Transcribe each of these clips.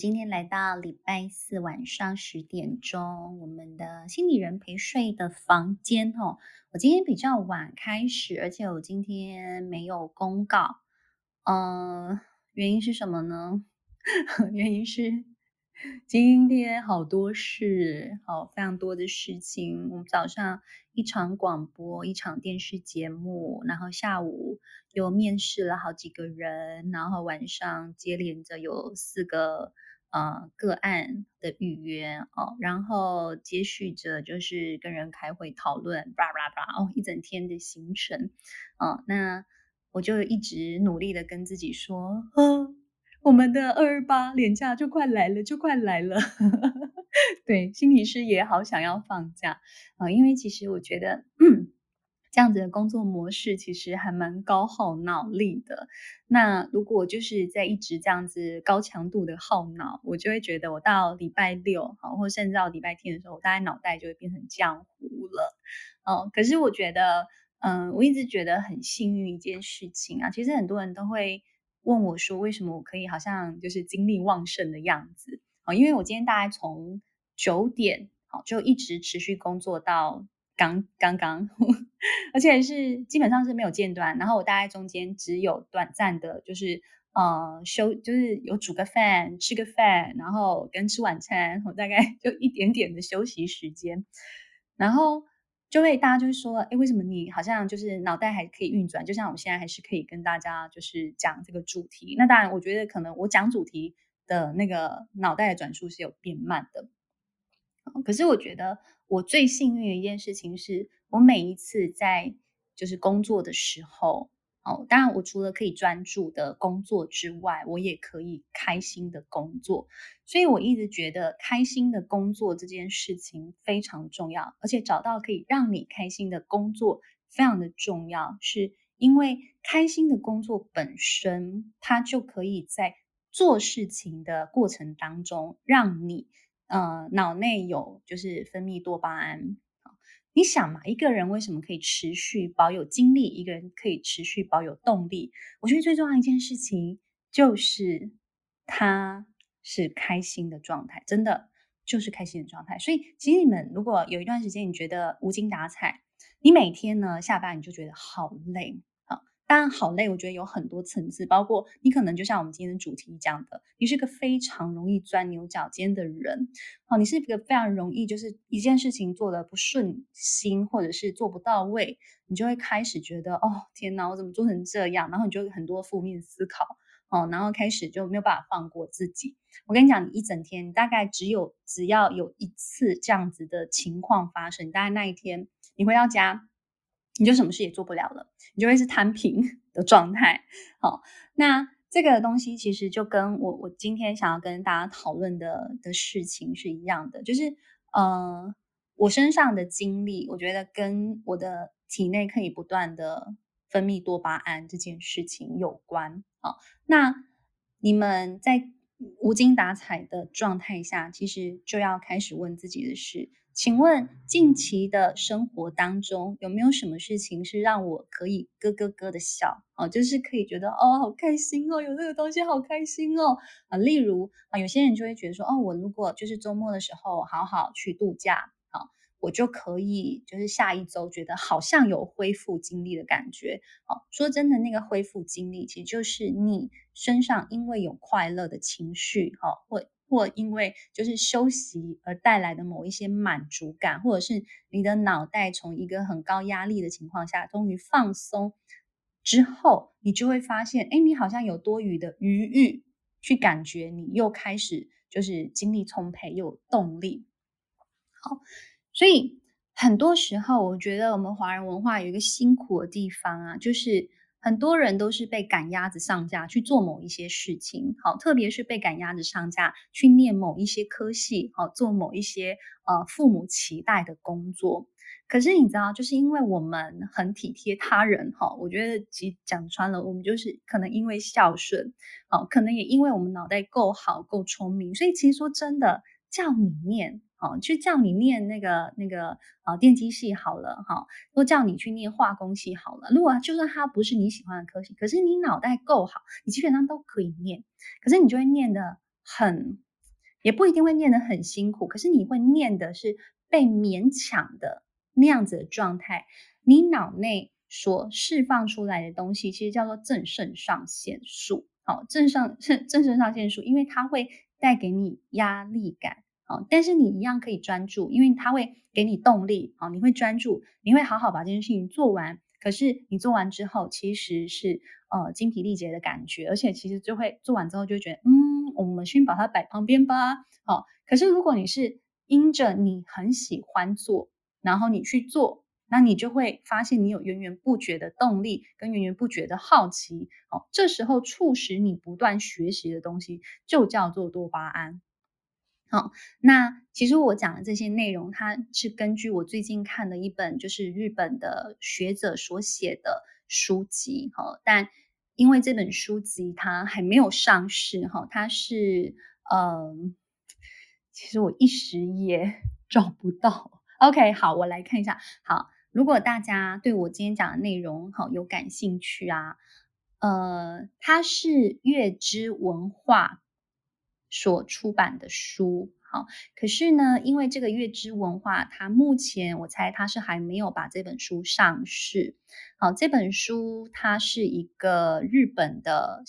今天来到礼拜四晚上10点钟，我们的心理人陪睡的房间哦。我今天比较晚开始，而且我今天没有公告。原因是什么呢？原因是今天好多事，非常多的事情。我们早上一场广播，一场电视节目，然后下午又面试了好几个人，然后晚上接连着有4个个案的预约哦，然后接续着就是跟人开会讨论，叭叭叭哦，一整天的行程。那我就一直努力的跟自己说，我们的228连假就快来了，就快来了。对，心理师也好想要放假因为其实我觉得，这样子的工作模式其实还蛮高耗脑力的。那如果就是在一直这样子高强度的耗脑，我就会觉得我到礼拜六或甚至到礼拜天的时候，我大概脑袋就会变成浆糊了。可是我觉得，我一直觉得很幸运一件事情啊，其实很多人都会问我说，为什么我可以好像就是精力旺盛的样子？因为我今天大概从9点就一直持续工作到刚刚，而且是基本上是没有间断。然后我大概中间只有短暂的，就是就是有煮个饭、吃个饭，然后跟吃晚餐，我大概就一点点的休息时间。然后大家就会说，为什么你好像就是脑袋还可以运转？就像我现在还是可以跟大家就是讲这个主题。那当然，我觉得可能我讲主题的那个脑袋的转速是有变慢的。可是我觉得我最幸运的一件事情是，我每一次在就是工作的时候，当然我除了可以专注的工作之外，我也可以开心的工作。所以我一直觉得开心的工作这件事情非常重要，而且找到可以让你开心的工作非常的重要，是因为开心的工作本身，它就可以在做事情的过程当中，让你脑内有就是分泌多巴胺。你想嘛，一个人为什么可以持续保有精力，一个人可以持续保有动力？我觉得最重要的一件事情就是他是开心的状态，真的就是开心的状态。所以其实你们如果有一段时间你觉得无精打采，你每天呢下班你就觉得好累。当然好累，我觉得有很多层次，包括你可能就像我们今天的主题讲的，你是个非常容易钻牛角尖的人。你是一个非常容易就是一件事情做得不顺心，或者是做不到位，你就会开始觉得天哪，我怎么做成这样？然后你就有很多负面思考然后开始就没有办法放过自己。我跟你讲，你一整天大概只要有一次这样子的情况发生，大概那一天你回到家，你就什么事也做不了了，你就会是摊平的状态。好，那这个东西其实就跟我今天想要跟大家讨论的事情是一样的，就是我身上的经历，我觉得跟我的体内可以不断的分泌多巴胺这件事情有关。那你们在无精打采的状态下，其实就要开始问自己的是，请问近期的生活当中，有没有什么事情是让我可以咯咯咯的笑？就是可以觉得好开心哦，有这个东西好开心哦。例如有些人就会觉得说，我如果就是周末的时候好好去度假，我就可以就是下一周觉得好像有恢复精力的感觉。说真的，那个恢复精力其实就是你身上因为有快乐的情绪或因为就是休息而带来的某一些满足感，或者是你的脑袋从一个很高压力的情况下终于放松之后，你就会发现你好像有多余的余裕去感觉你又开始就是精力充沛又有动力。好，所以很多时候我觉得我们华人文化有一个辛苦的地方啊，就是很多人都是被赶鸭子上架去做某一些事情，特别是被赶鸭子上架去念某一些科系，做某一些父母期待的工作。可是你知道，就是因为我们很体贴他人我觉得其实讲穿了，我们就是可能因为孝顺可能也因为我们脑袋够好够聪明，所以其实说真的，叫你念就叫你念那个电机系好了或叫你去念化工系好了。如果就算它不是你喜欢的科系，可是你脑袋够好，你基本上都可以念。可是你就会念得很也不一定会念得很辛苦，可是你会念的是被勉强的那样子的状态，你脑内所释放出来的东西其实叫做正肾上腺素。好，正肾上腺素，因为它会带给你压力感。好，但是你一样可以专注，因为它会给你动力。好，你会专注，你会好好把这件事情做完。可是你做完之后，其实是精疲力竭的感觉，而且其实就会做完之后就会觉得，我们先把它摆旁边吧。好，可是如果你是因着你很喜欢做，然后你去做，那你就会发现你有源源不绝的动力跟源源不绝的好奇。好，这时候促使你不断学习的东西就叫做多巴胺。好，那其实我讲的这些内容，它是根据我最近看的一本就是日本的学者所写的书籍。但因为这本书籍它还没有上市，它是其实我一时也找不到。OK， 好，我来看一下。好，如果大家对我今天讲的内容有感兴趣啊，它是月之文化所出版的书。好，可是呢，因为这个月之文化，它目前我猜它是还没有把这本书上市。好，这本书它是一个日本的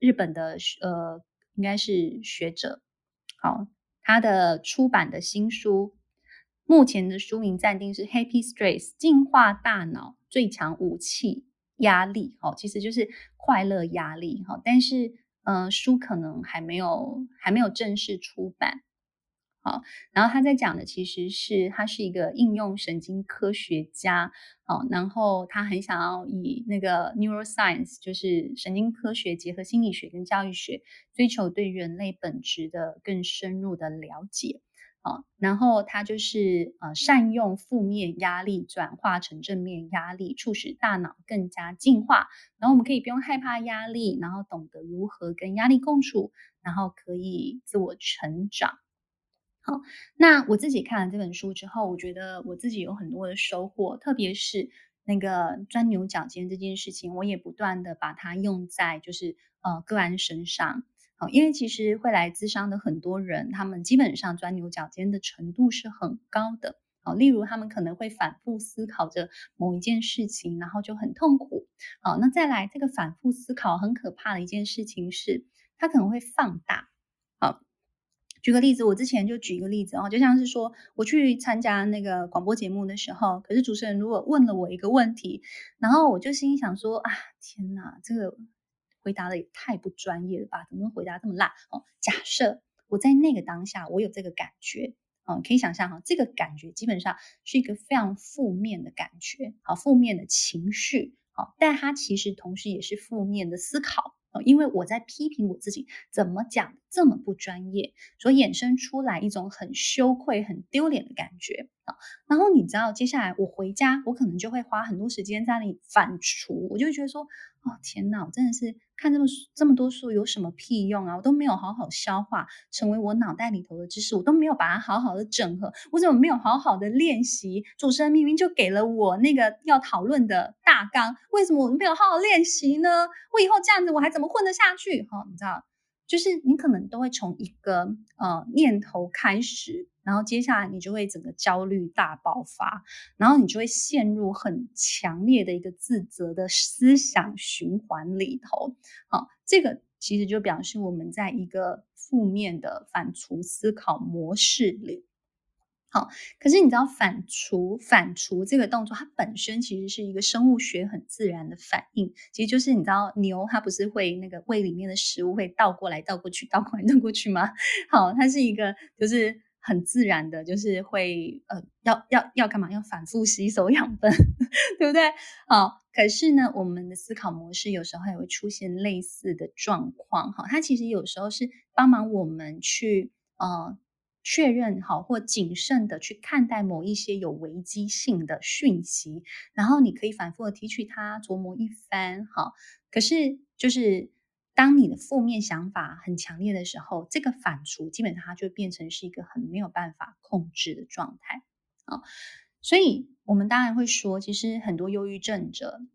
应该是学者。好，他的出版的新书，目前的书名暂定是 Happy Stress 进化大脑最强武器压力。其实就是快乐压力。但是书可能还没有正式出版。好，然后他在讲的其实是他是一个应用神经科学家。然后他很想要以那个 neuroscience 就是神经科学结合心理学跟教育学，追求对人类本质的更深入的了解。然后他就是善用负面压力转化成正面压力，促使大脑更加进化。然后我们可以不用害怕压力，然后懂得如何跟压力共处，然后可以自我成长。好，那我自己看了这本书之后，我觉得我自己有很多的收获，特别是那个钻牛角尖这件事情，我也不断的把它用在就是个案身上。好，因为其实会来咨商的很多人，他们基本上钻牛角尖的程度是很高的。好，例如他们可能会反复思考着某一件事情，然后就很痛苦。好，那再来这个反复思考很可怕的一件事情是，它可能会放大。好，举个例子，我之前就举一个例子就像是说我去参加那个广播节目的时候，可是主持人如果问了我一个问题，然后我就心里想说啊，天哪，这个回答的也太不专业了吧，怎么会回答这么烂。假设我在那个当下我有这个感觉，可以想象这个感觉基本上是一个非常负面的感觉，负面的情绪，但它其实同时也是负面的思考。因为我在批评我自己怎么讲这么不专业，所衍生出来一种很羞愧很丢脸的感觉。然后你知道接下来我回家我可能就会花很多时间在那里反刍，我就会觉得说天哪，我真的是看这么多书有什么屁用啊，我都没有好好消化成为我脑袋里头的知识，我都没有把它好好的整合，我怎么没有好好的练习，主持人明明就给了我那个要讨论的大纲，为什么我没有好好练习呢？我以后这样子我还怎么混得下去？你知道就是你可能都会从一个念头开始，然后接下来你就会整个焦虑大爆发，然后你就会陷入很强烈的一个自责的思想循环里头。这个其实就表示我们在一个负面的反刍思考模式里。好，可是你知道反刍这个动作，它本身其实是一个生物学很自然的反应。其实就是你知道牛它不是会那个胃里面的食物会倒过来倒过去倒过来倒过去吗？好，它是一个就是很自然的，就是会要干嘛？要反复吸收养分，对不对？好，可是呢，我们的思考模式有时候也会出现类似的状况。它其实有时候是帮忙我们去确认好或谨慎的去看待某一些有危机性的讯息，然后你可以反复的提取它，琢磨一番。可是就是当你的负面想法很强烈的时候，这个反刍基本上它就变成是一个很没有办法控制的状态。所以我们当然会说，其实很多忧郁症者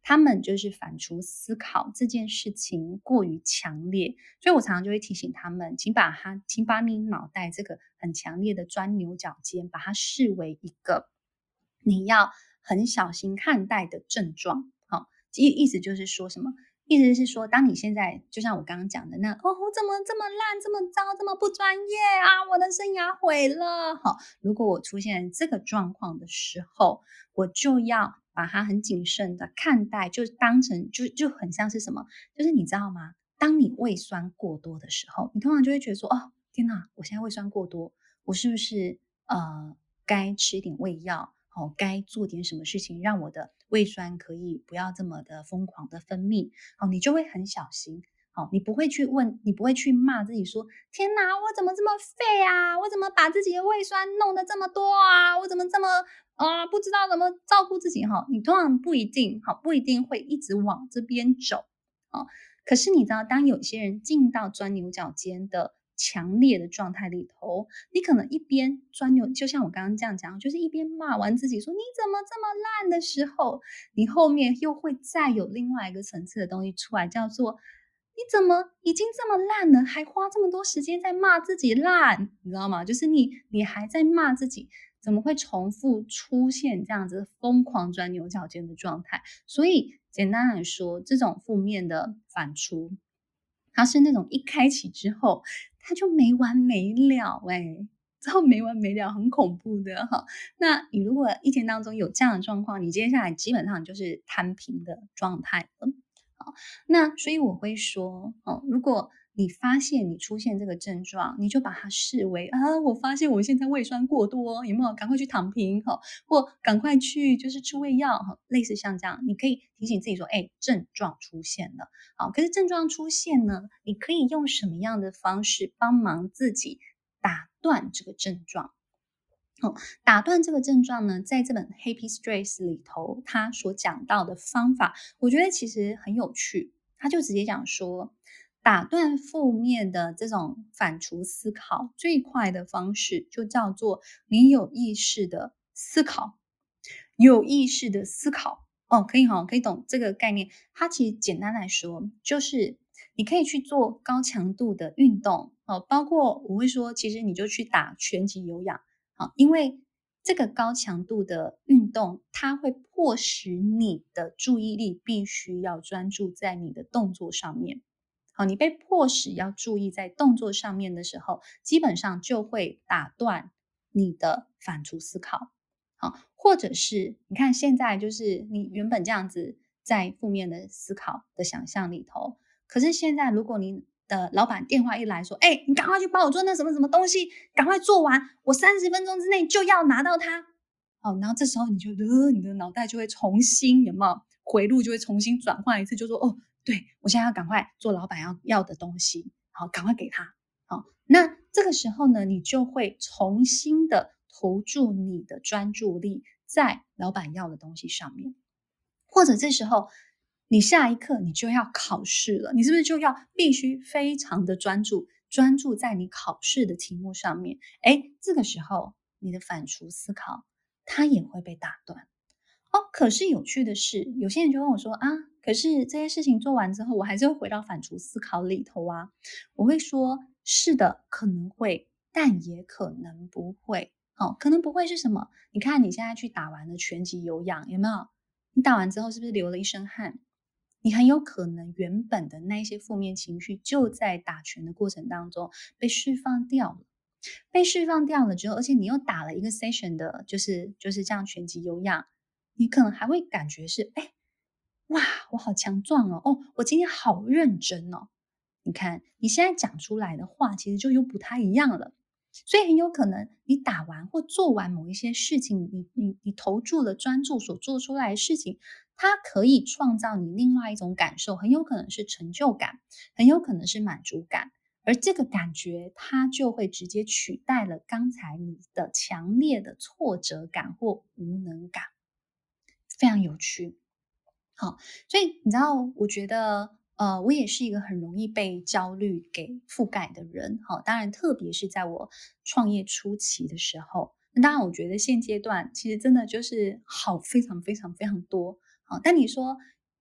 他们就是反刍思考这件事情过于强烈，所以我常常就会提醒他们，请把你脑袋这个很强烈的钻牛角尖，把它视为一个你要很小心看待的症状。好，意思就是说什么？意思是说，当你现在就像我刚刚讲的那，我怎么这么烂、这么糟、这么不专业啊？我的生涯毁了。好，如果我出现这个状况的时候，我就要把它很谨慎的看待，就当成就很像是什么？就是你知道吗？当你胃酸过多的时候，你通常就会觉得说，天哪，我现在胃酸过多，我是不是该吃一点胃药？该做点什么事情，让我的胃酸可以不要这么的疯狂的分泌。你就会很小心。你不会去问，你不会去骂自己说，天哪，我怎么这么废啊？我怎么把自己的胃酸弄得这么多啊？我怎么这么不知道怎么照顾自己？你通常不一定会一直往这边走。可是你知道，当有些人进到钻牛角尖的强烈的状态里头，你可能一边钻牛，就像我刚刚这样讲，就是一边骂完自己说你怎么这么烂的时候，你后面又会再有另外一个层次的东西出来，叫做你怎么已经这么烂了，还花这么多时间在骂自己烂，你知道吗？就是你还在骂自己，怎么会重复出现这样子疯狂钻牛角尖的状态？所以简单来说，这种负面的反刍，它是那种一开启之后，它就没完没了之后没完没了，很恐怖的哈。那你如果一天当中有这样的状况，你接下来基本上就是摊平的状态了。好，那所以我会说，如果你发现你出现这个症状，你就把它视为我发现我现在胃酸过多，有没有？赶快去躺平或赶快去就是吃胃药类似像这样，你可以提醒自己说，症状出现了。好，可是症状出现呢，你可以用什么样的方式帮忙自己打断这个症状？打断这个症状呢，在这本《Happy Stress》里头，他所讲到的方法，我觉得其实很有趣。他就直接讲说，打断负面的这种反刍思考，最快的方式就叫做你有意识的思考，有意识的思考。可以懂这个概念。它其实简单来说，就是你可以去做高强度的运动包括我会说，其实你就去打拳击有氧。因为这个高强度的运动，它会迫使你的注意力必须要专注在你的动作上面。你被迫使要注意在动作上面的时候，基本上就会打断你的反刍思考。或者是你看现在就是你原本这样子在负面的思考的想象里头，可是现在如果你的老板电话一来说，你赶快去帮我做那什么什么东西，赶快做完，我30分钟之内就要拿到它。然后这时候你就你的脑袋就会重新有没有回路，就会重新转换一次，就说对，我现在要赶快做老板要的东西，好，赶快给他。好，那这个时候呢，你就会重新的投注你的专注力在老板要的东西上面。或者这时候你下一刻你就要考试了，你是不是就要必须非常的专注在你考试的题目上面？这个时候你的反刍思考它也会被打断。可是有趣的是，有些人就问我说可是这些事情做完之后，我还是会回到反刍思考里头啊。我会说，是的，可能会，但也可能不会。可能不会是什么？你看你现在去打完了拳击有氧，有没有？你打完之后是不是流了一身汗？你很有可能原本的那些负面情绪就在打拳的过程当中被释放掉了。被释放掉了之后，而且你又打了一个 session 的，就是这样拳击有氧，你可能还会感觉是，哇，我好强壮我今天好认真你看你现在讲出来的话，其实就又不太一样了。所以很有可能你打完或做完某一些事情，你投注了专注所做出来的事情，它可以创造你另外一种感受，很有可能是成就感，很有可能是满足感。而这个感觉，它就会直接取代了刚才你的强烈的挫折感或无能感，非常有趣。好，所以你知道，我觉得，我也是一个很容易被焦虑给覆盖的人。当然，特别是在我创业初期的时候，那当然，我觉得现阶段其实真的就是好非常非常非常多。但你说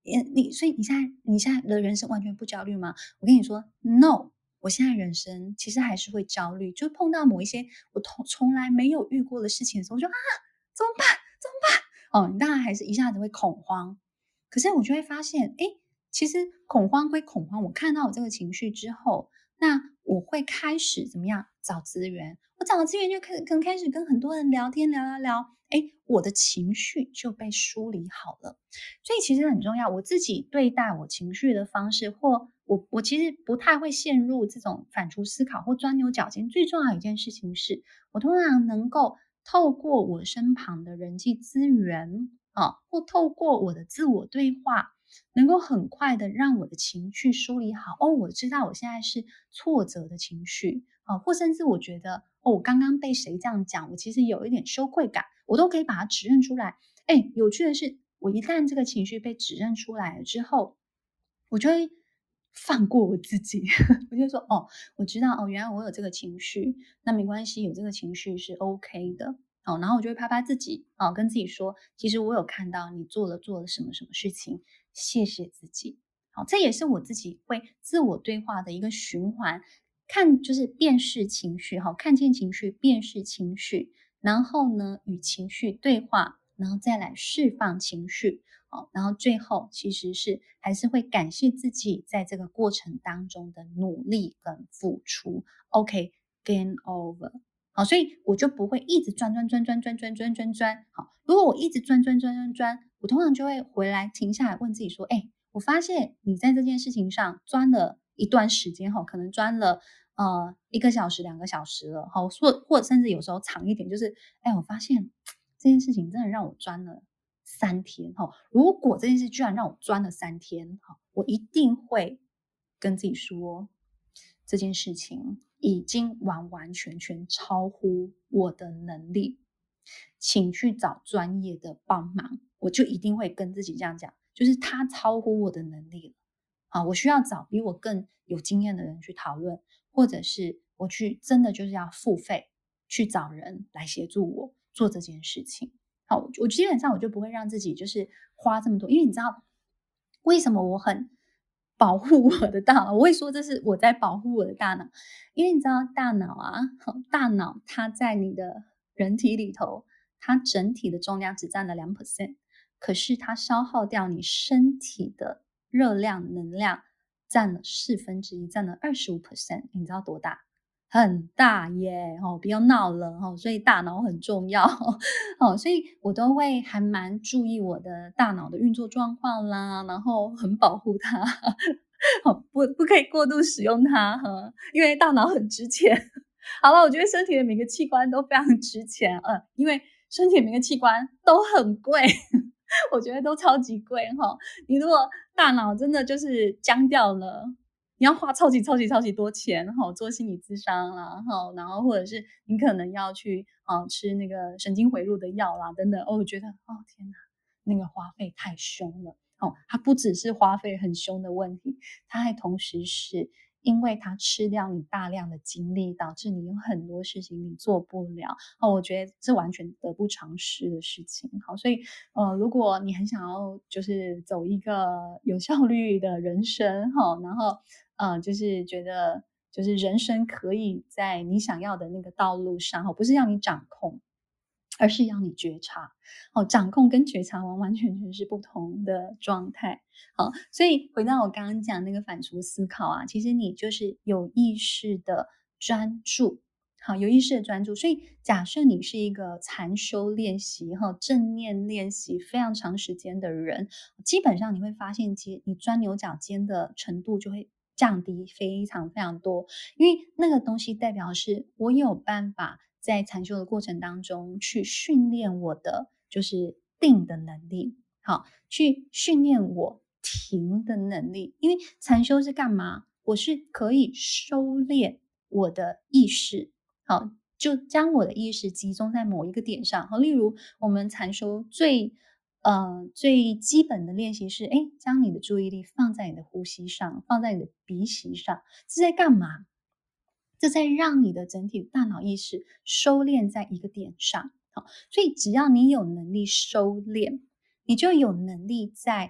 所以你现在的人生完全不焦虑吗？我跟你说，no，我现在人生其实还是会焦虑，就碰到某一些我从来没有遇过的事情的时候，我就怎么办？怎么办？哦，你当然还是一下子会恐慌，可是我就会发现，诶，其实恐慌归恐慌，我看到我这个情绪之后，那我会开始怎么样找资源？我找了资源就可能开始跟很多人聊天，聊，诶，我的情绪就被梳理好了。所以其实很重要，我自己对待我情绪的方式，或我其实不太会陷入这种反刍思考或钻牛角尖。最重要的一件事情是，我通常能够透过我身旁的人际资源啊，或透过我的自我对话，能够很快的让我的情绪梳理好。哦，我知道我现在是挫折的情绪啊，或甚至我觉得哦，我刚刚被谁这样讲，我其实有一点羞愧感，我都可以把它指认出来。哎，有趣的是，我一旦这个情绪被指认出来了之后，我就会放过我自己，我就说哦，我知道哦，原来我有这个情绪，那没关系，有这个情绪是 OK 的。哦，然后我就会拍拍自己，哦，跟自己说，其实我有看到你做了什么什么事情，谢谢自己。好，这也是我自己会自我对话的一个循环，就是辨识情绪，哈，看见情绪，辨识情绪，然后呢，与情绪对话，然后再来释放情绪。然后最后其实是还是会感谢自己在这个过程当中的努力跟付出。OK，game over。好，所以我就不会一直钻。好，如果我一直钻，我通常就会回来停下来问自己说：哎，我发现你在这件事情上钻了一段时间，可能钻了1个小时、2个小时了，或者甚至有时候长一点，就是哎，我发现这件事情真的让我钻了3天。如果这件事居然让我钻了3天，我一定会跟自己说，这件事情已经完完全全超乎我的能力，请去找专业的帮忙。我就一定会跟自己这样讲，就是它超乎我的能力了。我需要找比我更有经验的人去讨论，或者是我去真的就是要付费去找人来协助我做这件事情。好，我基本上我就不会让自己就是花这么多，因为你知道为什么我很保护我的大脑？我会说这是我在保护我的大脑，因为你知道大脑啊，大脑它在你的人体里头，它整体的重量只占了2%，可是它消耗掉你身体的热量能量占了1/4，占了25%，你知道多大？很大耶，不要闹了，所以大脑很重要，所以我都会还蛮注意我的大脑的运作状况啦，然后很保护它，不可以过度使用它，因为大脑很值钱。好了，我觉得身体的每个器官都非常值钱，因为身体的每个器官都很贵，我觉得都超级贵哈。你如果大脑真的就是僵掉了，你要花超级多钱做心理咨商啦，然后或者是你可能要去吃那个神经回路的药啦等等。我觉得天哪，那个花费太凶了。它不只是花费很凶的问题，它还同时是因为它吃掉你大量的精力，导致你有很多事情你做不了。我觉得这完全得不偿失的事情。好，所以如果你很想要就是走一个有效率的人生，然后就是觉得就是人生可以在你想要的那个道路上，不是要你掌控，而是要你觉察。掌控跟觉察完完全全是不同的状态。好，所以回到我刚刚讲那个反刍思考啊，其实你就是有意识的专注。好，有意识的专注。所以假设你是一个禅修练习正念练习非常长时间的人，基本上你会发现其实你钻牛角尖的程度就会降低非常非常多，因为那个东西代表是我有办法在禅修的过程当中去训练我的就是定的能力，好，去训练我停的能力。因为禅修是干嘛？我是可以收敛我的意识，好，就将我的意识集中在某一个点上。好，例如我们禅修最基本的练习是，将你的注意力放在你的呼吸上，放在你的鼻息上。这在干嘛？这在让你的整体大脑意识收敛在一个点上。好，所以只要你有能力收敛，你就有能力在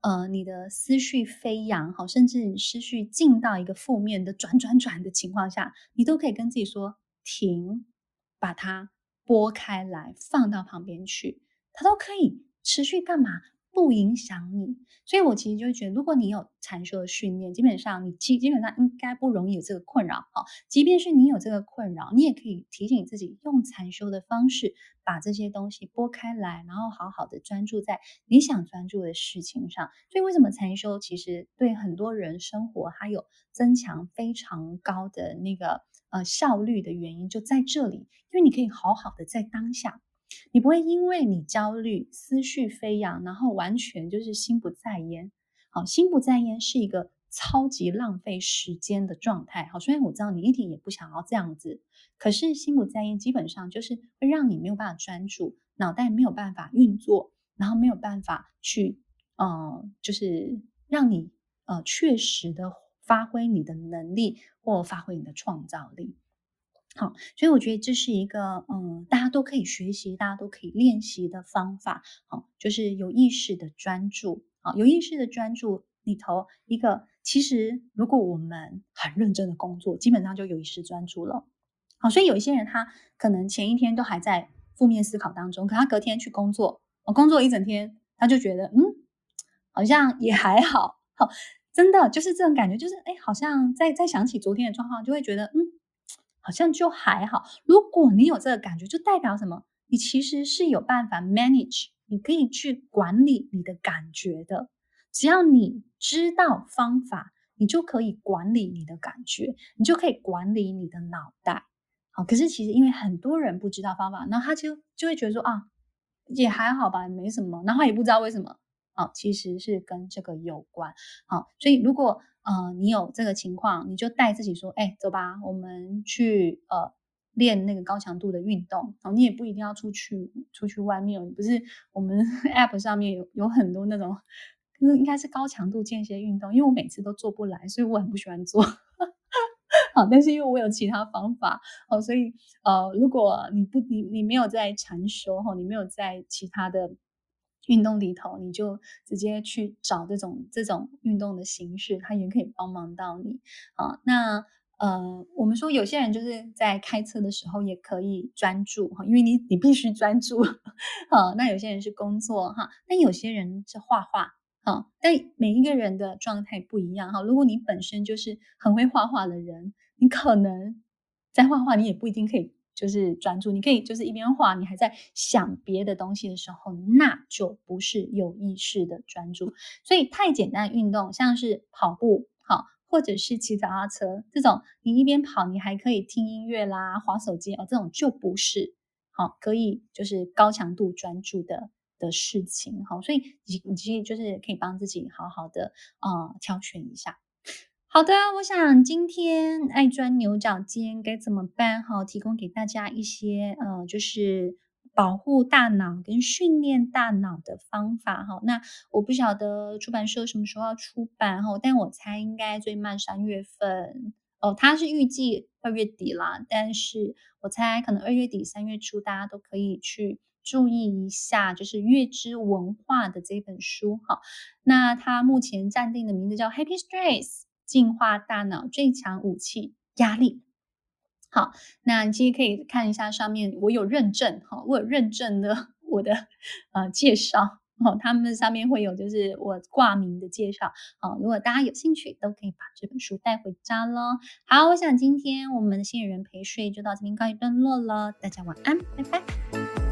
你的思绪飞扬，好，甚至你思绪进到一个负面的转的情况下，你都可以跟自己说停，把它拨开来，放到旁边去，它都可以持续干嘛？不影响你。所以我其实就觉得，如果你有禅修的训练，基本上应该不容易有这个困扰哈。即便是你有这个困扰，你也可以提醒自己，用禅修的方式把这些东西拨开来，然后好好的专注在你想专注的事情上。所以为什么禅修其实对很多人生活还有增强非常高的那个效率的原因就在这里，因为你可以好好的在当下。你不会因为你焦虑、思绪飞扬，然后完全就是心不在焉。好，心不在焉是一个超级浪费时间的状态。好，虽然我知道你一点也不想要这样子，可是心不在焉基本上就是会让你没有办法专注，脑袋没有办法运作，然后没有办法去就是让你确实的发挥你的能力或发挥你的创造力。好，所以我觉得这是一个大家都可以学习，大家都可以练习的方法。好，就是有意识的专注。好，有意识的专注里头一个，其实如果我们很认真的工作，基本上就有意识专注了。好，所以有一些人他可能前一天都还在负面思考当中，可他隔天去工作，工作一整天，他就觉得好像也还好。好，真的就是这种感觉，就是好像再想起昨天的状况，就会觉得好像就还好。如果你有这个感觉，就代表什么？你其实是有办法 manage， 你可以去管理你的感觉的。只要你知道方法，你就可以管理你的感觉，你就可以管理你的脑袋。好，可是其实因为很多人不知道方法，然后他就会觉得说也还好吧，没什么，然后也不知道为什么。其实是跟这个有关。好，所以如果你有这个情况，你就带自己说，走吧，我们去练那个高强度的运动。你也不一定要出去外面，不是我们 App 上面有很多那种，应该是高强度间歇运动，因为我每次都做不来，所以我很不喜欢做。好，但是因为我有其他方法，所以如果你没有在禅修，你没有在其他的运动里头，你就直接去找这种运动的形式，它也可以帮忙到你。那我们说有些人就是在开车的时候也可以专注哈，因为你必须专注。好，那有些人是工作哈，那有些人是画画。好，但每一个人的状态不一样哈。如果你本身就是很会画画的人，你可能在画画，你也不一定可以就是专注。你可以就是一边画，你还在想别的东西的时候，那就不是有意识的专注。所以太简单的运动，像是跑步，好，或者是骑脚踏车这种，你一边跑，你还可以听音乐啦、滑手机这种就不是好，可以就是高强度专注的事情。好，所以你其实就是可以帮自己好好的挑选一下。好的，我想今天爱钻牛角尖该怎么办？提供给大家一些就是保护大脑跟训练大脑的方法。那我不晓得出版社什么时候要出版，但我猜应该最慢3月份。它是预计2月底啦，但是我猜可能2月底3月初大家都可以去注意一下，就是月之文化的这本书。那它目前暂定的名字叫 Happy Stress， 进化大脑最强武器压力。好，那你其实可以看一下上面我有认证，我有认证的我的介绍。他们上面会有就是我挂名的介绍。如果大家有兴趣都可以把这本书带回家咯。好，我想今天我们的新人陪睡就到这边告一段落了，大家晚安，拜拜。